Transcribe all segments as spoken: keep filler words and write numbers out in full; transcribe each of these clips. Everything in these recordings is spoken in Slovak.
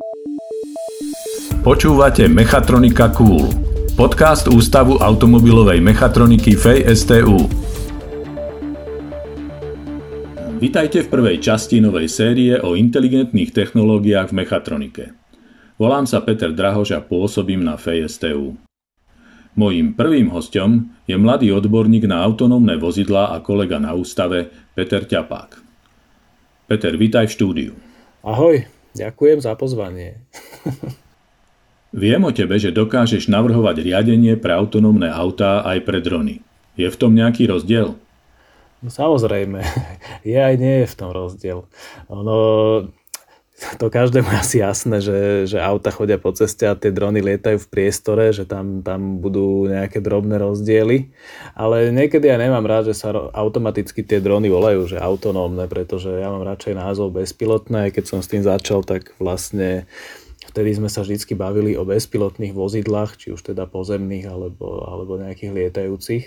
Počúvate Mechatronika Cool, podcast Ústavu automobilovej mechatroniky ef e í es té ú. Vitajte v prvej časti novej série o inteligentných technológiách v mechatronike. Volám sa Peter Drahoš a pôsobím na ef e í es té ú. Mojím prvým hosťom je mladý odborník na autonómne vozidlá a kolega na ústave Peter Ťapák. Peter, vitaj v štúdiu. Ahoj, ďakujem za pozvanie. Viem o tebe, že dokážeš navrhovať riadenie pre autonómne autá aj pre drony. Je v tom nejaký rozdiel? No samozrejme, je aj nie je v tom rozdiel. Ono, to každému asi jasné, že, že auta chodia po ceste a tie drony lietajú v priestore, že tam, tam budú nejaké drobné rozdiely. Ale niekedy ja nemám rád, že sa automaticky tie drony volajú, že autonómne, pretože ja mám radšej názov bezpilotné. Keď som s tým začal, tak vlastne vtedy sme sa vždy bavili o bezpilotných vozidlách, či už teda pozemných alebo, alebo nejakých lietajúcich.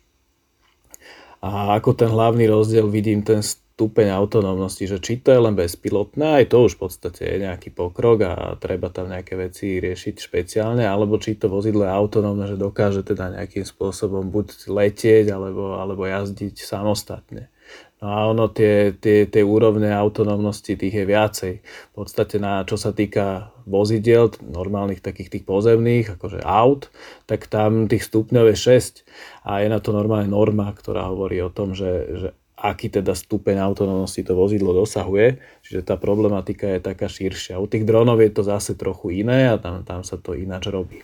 A ako ten hlavný rozdiel vidím ten stupeň autonómnosti, že či to je len bezpilotné, aj to už v podstate je nejaký pokrok a treba tam nejaké veci riešiť špeciálne, alebo či to vozidlo je autonómne, že dokáže teda nejakým spôsobom buď letieť alebo, alebo jazdiť samostatne. No a ono tie, tie, tie úrovne autonómnosti tých je viacej. V podstate na čo sa týka vozidiel, normálnych takých tých pozemných, akože aut, tak tam tých stupňov je šesť a je na to normálne norma, ktorá hovorí o tom, že, že aký teda stupeň autonómnosti to vozidlo dosahuje. Čiže tá problematika je taká širšia. U tých dronov je to zase trochu iné a tam, tam sa to ináč robí.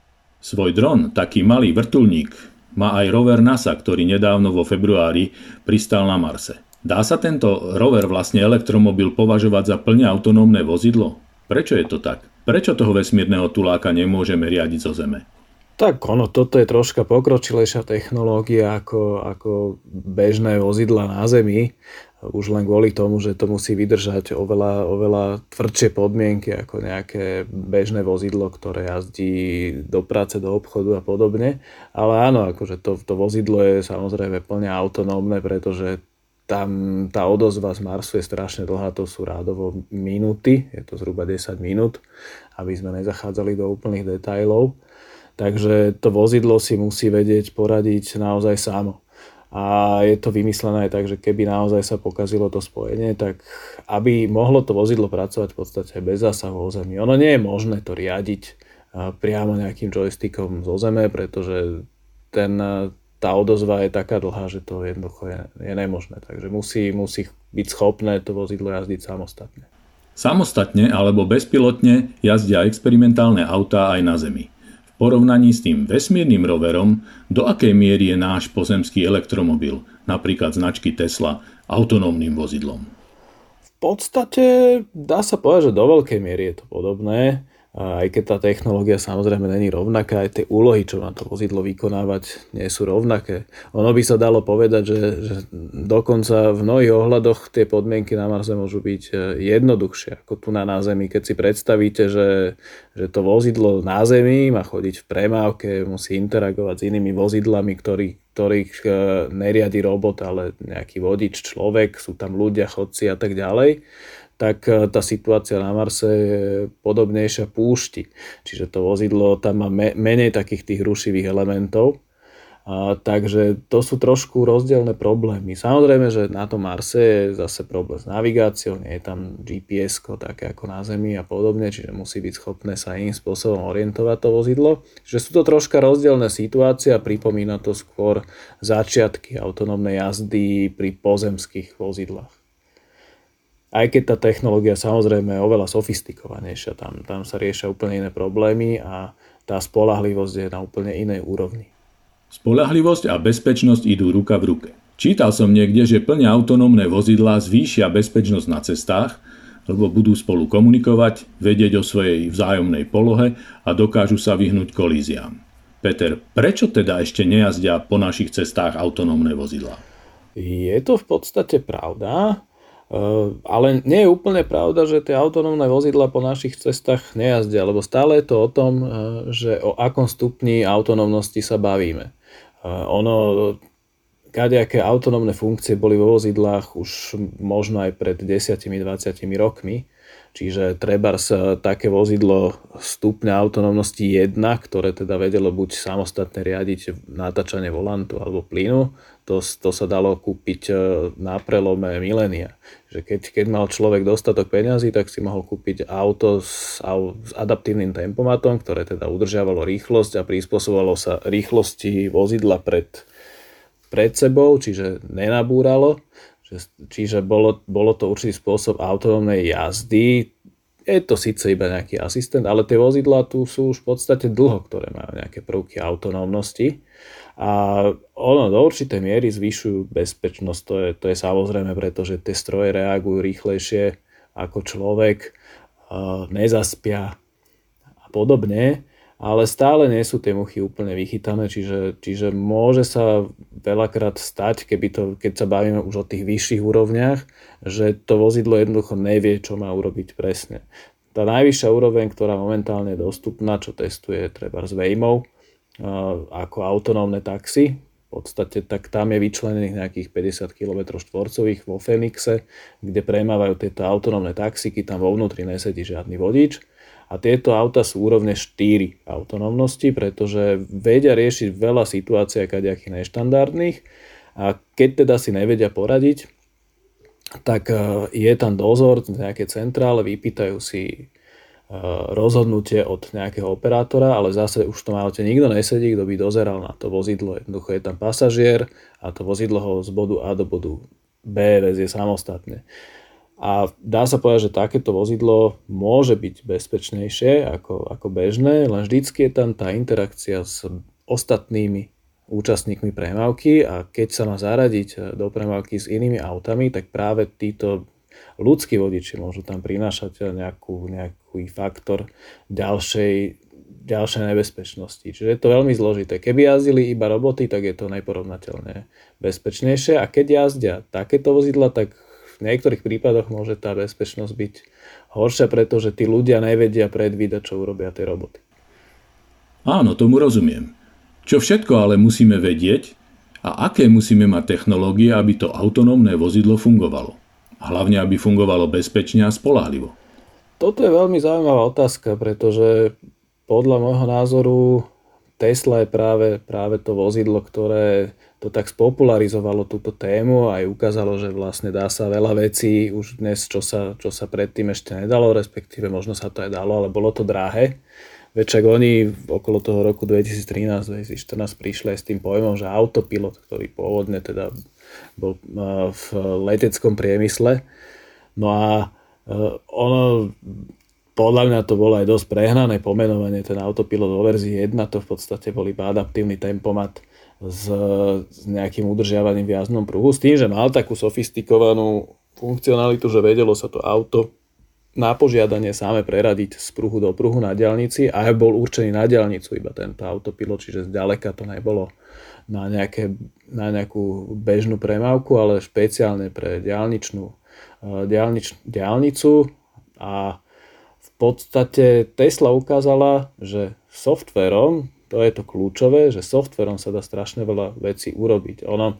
Svoj dron, taký malý vrtuľník, má aj rover NASA, ktorý nedávno vo februári pristal na Marse. Dá sa tento rover, vlastne elektromobil, považovať za plne autonómne vozidlo? Prečo je to tak? Prečo toho vesmírneho tuláka nemôžeme riadiť zo Zeme? Tak ono, toto je troška pokročilejšia technológia ako, ako bežné vozidla na Zemi. Už len kvôli tomu, že to musí vydržať oveľa, oveľa tvrdšie podmienky ako nejaké bežné vozidlo, ktoré jazdí do práce, do obchodu a podobne. Ale áno, akože to, to vozidlo je samozrejme plne autonómne, pretože tam tá odozva z Marsu je strašne dlhá, to sú rádovo minúty, je to zhruba desať minút, aby sme nezachádzali do úplných detailov. Takže to vozidlo si musí vedieť poradiť naozaj samo. A je to vymyslené aj tak, že keby naozaj sa pokazilo to spojenie, tak aby mohlo to vozidlo pracovať v podstate bez zásahu o zemi. Ono nie je možné to riadiť priamo nejakým joystickom zo zeme, pretože ten, tá odozva je taká dlhá, že to jednoducho je, je nemožné. Takže musí, musí byť schopné to vozidlo jazdiť samostatne. Samostatne alebo bezpilotne jazdia experimentálne autá aj na Zemi. V porovnaní s tým vesmírnym roverom, do akej miery je náš pozemský elektromobil, napríklad značky Tesla, autonómnym vozidlom? V podstate dá sa povedať, že do veľkej miery je to podobné. Aj keď tá technológia samozrejme není rovnaká, aj tie úlohy, čo má to vozidlo vykonávať, nie sú rovnaké. Ono by sa dalo povedať, že, že dokonca v mnohých ohľadoch tie podmienky na Marse môžu byť jednoduchšie ako tu na, na Zemi. Keď si predstavíte, že, že to vozidlo na Zemi má chodiť v premávke, musí interagovať s inými vozidlami, ktorý, ktorých neriadi robot, ale nejaký vodič, človek, sú tam ľudia, chodci a tak ďalej, tak tá situácia na Marse je podobnejšia púšti. Čiže to vozidlo tam má me- menej takých tých rušivých elementov. A, takže to sú trošku rozdielne problémy. Samozrejme, že na tom Marse je zase problém s navigáciou, nie je tam gé pé esko také ako na Zemi a podobne, čiže musí byť schopné sa iným spôsobom orientovať to vozidlo. Čiže sú to troška rozdielne situácie a pripomína to skôr začiatky autonómnej jazdy pri pozemských vozidlách. Aj keď tá technológia samozrejme je oveľa sofistikovanejšia, tam, tam sa riešia úplne iné problémy a tá spoľahlivosť je na úplne inej úrovni. Spoľahlivosť a bezpečnosť idú ruka v ruke. Čítal som niekde, že plne autonómne vozidlá zvýšia bezpečnosť na cestách, lebo budú spolu komunikovať, vedieť o svojej vzájomnej polohe a dokážu sa vyhnúť kolíziám. Peter, prečo teda ešte nejazdia po našich cestách autonómne vozidlá? Je to v podstate pravda. Ale nie je úplne pravda, že tie autonómne vozidlá po našich cestách nejazdia, lebo stále je to o tom, že o akom stupni autonómnosti sa bavíme. Ono, kadejaké autonómne funkcie boli vo vozidlách už možno aj pred desať až dvadsať rokmi, Čiže trebárs také vozidlo stupňa autonómnosti jedna, ktoré teda vedelo buď samostatne riadiť natáčanie volantu alebo plynu, to, to sa dalo kúpiť na prelome milénia. Že keď, keď mal človek dostatok peňazí, tak si mohol kúpiť auto s, s adaptívnym tempomatom, ktoré teda udržiavalo rýchlosť a prispôsobovalo sa rýchlosti vozidla pred, pred sebou, čiže nenabúralo. Čiže bolo, bolo to určitý spôsob autonómnej jazdy. Je to síce iba nejaký asistent, ale tie vozidlá tu sú už v podstate dlho, ktoré majú nejaké prvky autonómnosti. A ono do určitej miery zvyšujú bezpečnosť. To je, to je samozrejme, pretože tie stroje reagujú rýchlejšie ako človek, nezaspia a podobne. Ale stále nie sú tie muchy úplne vychytané, čiže, čiže môže sa veľakrát stať, keby to, keď sa bavíme už o tých vyšších úrovniach, že to vozidlo jednoducho nevie, čo má urobiť presne. Tá najvyššia úroveň, ktorá momentálne je dostupná, čo testuje treba s Waymo, ako autonómne taxi, v podstate tak tam je vyčlenených nejakých päťdesiat kilometrov štvorcových vo Fenixe, kde premávajú tieto autonómne taxíky, tam vo vnútri nesedí žiadny vodič. A tieto auta sú úrovne štyri autonómnosti, pretože vedia riešiť veľa situácií kadejakých neštandardných a keď teda si nevedia poradiť, tak je tam dozor v nejakej centrále, vypýtajú si rozhodnutie od nejakého operátora, ale zase už v tom aute nikto nesedí, kto by dozeral na to vozidlo. Jednoducho je tam pasažier a to vozidlo ho z bodu A do bodu B vezie samostatne. A dá sa povedať, že takéto vozidlo môže byť bezpečnejšie ako, ako bežné, len vždycky je tam tá interakcia s ostatnými účastníkmi premávky a keď sa má zaradiť do premávky s inými autami, tak práve títo ľudskí vodiči môžu tam prinášať nejakú, nejaký faktor ďalšej, ďalšej nebezpečnosti. Čiže je to veľmi zložité. Keby jazdili iba roboty, tak je to neporovnateľne bezpečnejšie a keď jazdia takéto vozidla, tak v niektorých prípadoch môže tá bezpečnosť byť horšia, pretože tí ľudia nevedia predvídať, čo urobia tie roboty. Áno, tomu rozumiem. Čo všetko ale musíme vedieť a aké musíme mať technológie, aby to autonómne vozidlo fungovalo. A hlavne, aby fungovalo bezpečne a spoľahlivo. Toto je veľmi zaujímavá otázka, pretože podľa môjho názoru Tesla je práve, práve to vozidlo, ktoré to tak spopularizovalo túto tému a aj ukázalo, že vlastne dá sa veľa vecí už dnes, čo sa, čo sa predtým ešte nedalo, respektíve možno sa to aj dalo, ale bolo to drahé. Veď však oni okolo toho roku dvetisíctrinásť dvetisícštrnásť prišli aj s tým pojmom, že autopilot, ktorý pôvodne teda bol v leteckom priemysle. No a ono, podľa mňa to bolo aj dosť prehnané pomenovanie, ten autopilot vo verzii jedna, to v podstate bol iba adaptívny tempomat s, s nejakým udržiavaním v jazdnom pruhu, s tým, že mal takú sofistikovanú funkcionalitu, že vedelo sa to auto na požiadanie sáme preradiť z pruhu do pruhu na diaľnici a bol určený na diaľnicu iba tento autopilot, čiže zďaleka to nebolo na, nejaké, na nejakú bežnú premávku, ale špeciálne pre diaľničnú diaľnič, diaľnicu a v podstate Tesla ukázala, že softvérom, to je to kľúčové, že softvérom sa dá strašne veľa vecí urobiť. Ono,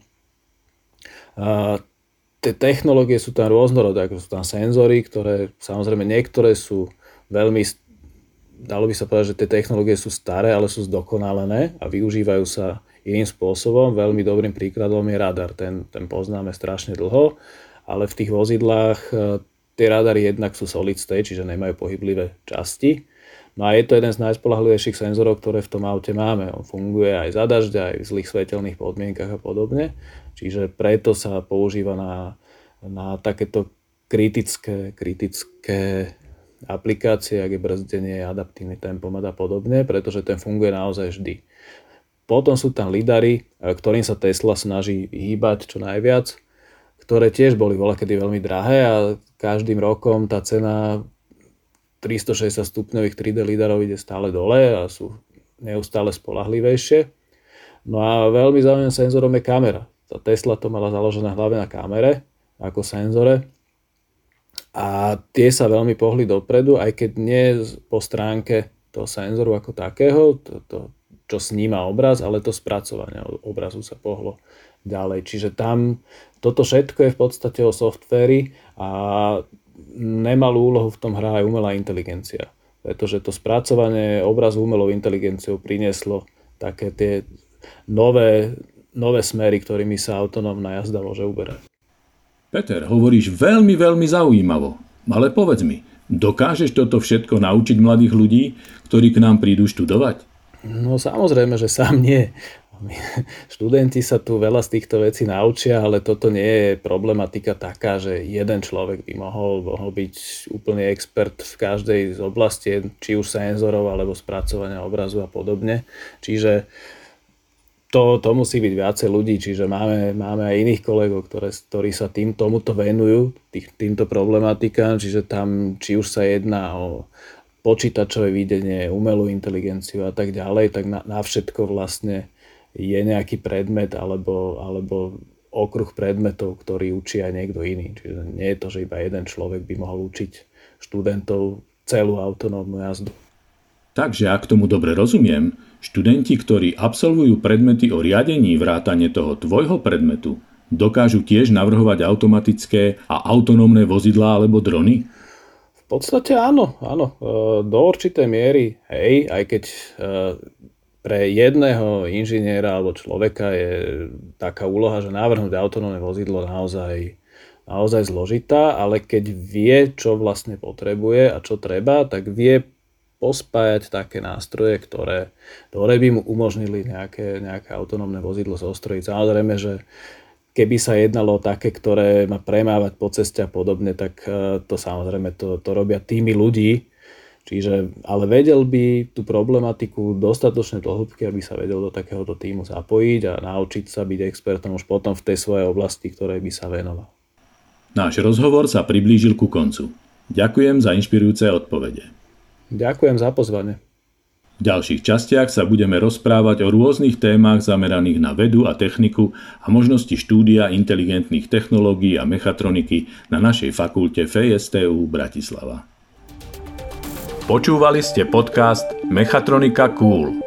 a, tie technológie sú tam rôznorodé, ako sú tam senzory, ktoré samozrejme niektoré sú veľmi, dalo by sa povedať, že tie technológie sú staré, ale sú zdokonalené a využívajú sa iným spôsobom. Veľmi dobrým príkladom je radar, ten, ten poznáme strašne dlho, ale v tých vozidlách tie radary jednak sú solid state, čiže nemajú pohyblivé časti. No a je to jeden z najspoľahlivejších senzorov, ktoré v tom aute máme. On funguje aj za dažďa, aj v zlých svetelných podmienkach a podobne. Čiže preto sa používa na, na takéto kritické, kritické aplikácie, ako je brzdenie, adaptívny tempomat a podobne, pretože ten funguje naozaj vždy. Potom sú tam lidary, ktorým sa Tesla snaží hýbať čo najviac, ktoré tiež boli voľakedy veľmi drahé a každým rokom tá cena tristošesťdesiat stupňových tri dé lidarov ide stále dole a sú neustále spoľahlivejšie. No a veľmi zaujímavým senzorom je kamera. Tá Tesla to mala založené hlavne na kamere ako senzore a tie sa veľmi pohli dopredu, aj keď nie po stránke toho senzoru ako takého, to, to, čo sníma obraz, ale to spracovanie obrazu sa pohlo ďalej. Čiže tam toto všetko je v podstate o softvéri a nemalú úlohu v tom hrá aj umelá inteligencia. Pretože to spracovanie obrazu umelou inteligenciou prinieslo také tie nové, nové smery, ktorými sa autonómna jazda môže uberať. Peter, hovoríš veľmi, veľmi zaujímavo. Ale povedz mi, dokážeš toto všetko naučiť mladých ľudí, ktorí k nám prídu študovať? No samozrejme, že sám nie. Študenti sa tu veľa z týchto vecí naučia, ale toto nie je problematika taká, že jeden človek by mohol, mohol byť úplne expert v každej z oblasti, či už senzorov, alebo spracovania obrazu a podobne. Čiže to, to musí byť viacej ľudí, čiže máme, máme aj iných kolegov, ktoré, ktorí sa tým, tomuto venujú, tých, týmto problematikám, čiže tam, či už sa jedná o počítačové videnie, umelú inteligenciu a tak ďalej, tak na, na všetko vlastne je nejaký predmet alebo, alebo okruh predmetov, ktorý učí aj niekto iný. Čiže nie je to, že iba jeden človek by mohol učiť študentov celú autonómnu jazdu. Takže ak tomu dobre rozumiem, študenti, ktorí absolvujú predmety o riadení vrátane toho tvojho predmetu, dokážu tiež navrhovať automatické a autonómne vozidlá alebo drony? V podstate áno, áno. Do určitej miery, hej, aj keď pre jedného inžiniera alebo človeka je taká úloha, že navrhnúť autonómne vozidlo naozaj, naozaj zložitá, ale keď vie, čo vlastne potrebuje a čo treba, tak vie pospájať také nástroje, ktoré, ktoré by mu umožnili nejaké, nejaké autonómne vozidlo zostrojiť. Samozrejme, že keby sa jednalo o také, ktoré má premávať po ceste a podobne, tak to samozrejme to, to robia týmy ľudí. Čiže, ale vedel by tú problematiku dostatočne do hĺbky, aby sa vedel do takéhoto týmu zapojiť a naučiť sa byť expertom už potom v tej svojej oblasti, ktorej by sa venoval. Náš rozhovor sa priblížil ku koncu. Ďakujem za inšpirujúce odpovede. Ďakujem za pozvanie. V ďalších častiach sa budeme rozprávať o rôznych témach zameraných na vedu a techniku a možnosti štúdia inteligentných technológií a mechatroniky na našej fakulte ef es té ú Bratislava. Počúvali ste podcast Mechatronika Cool.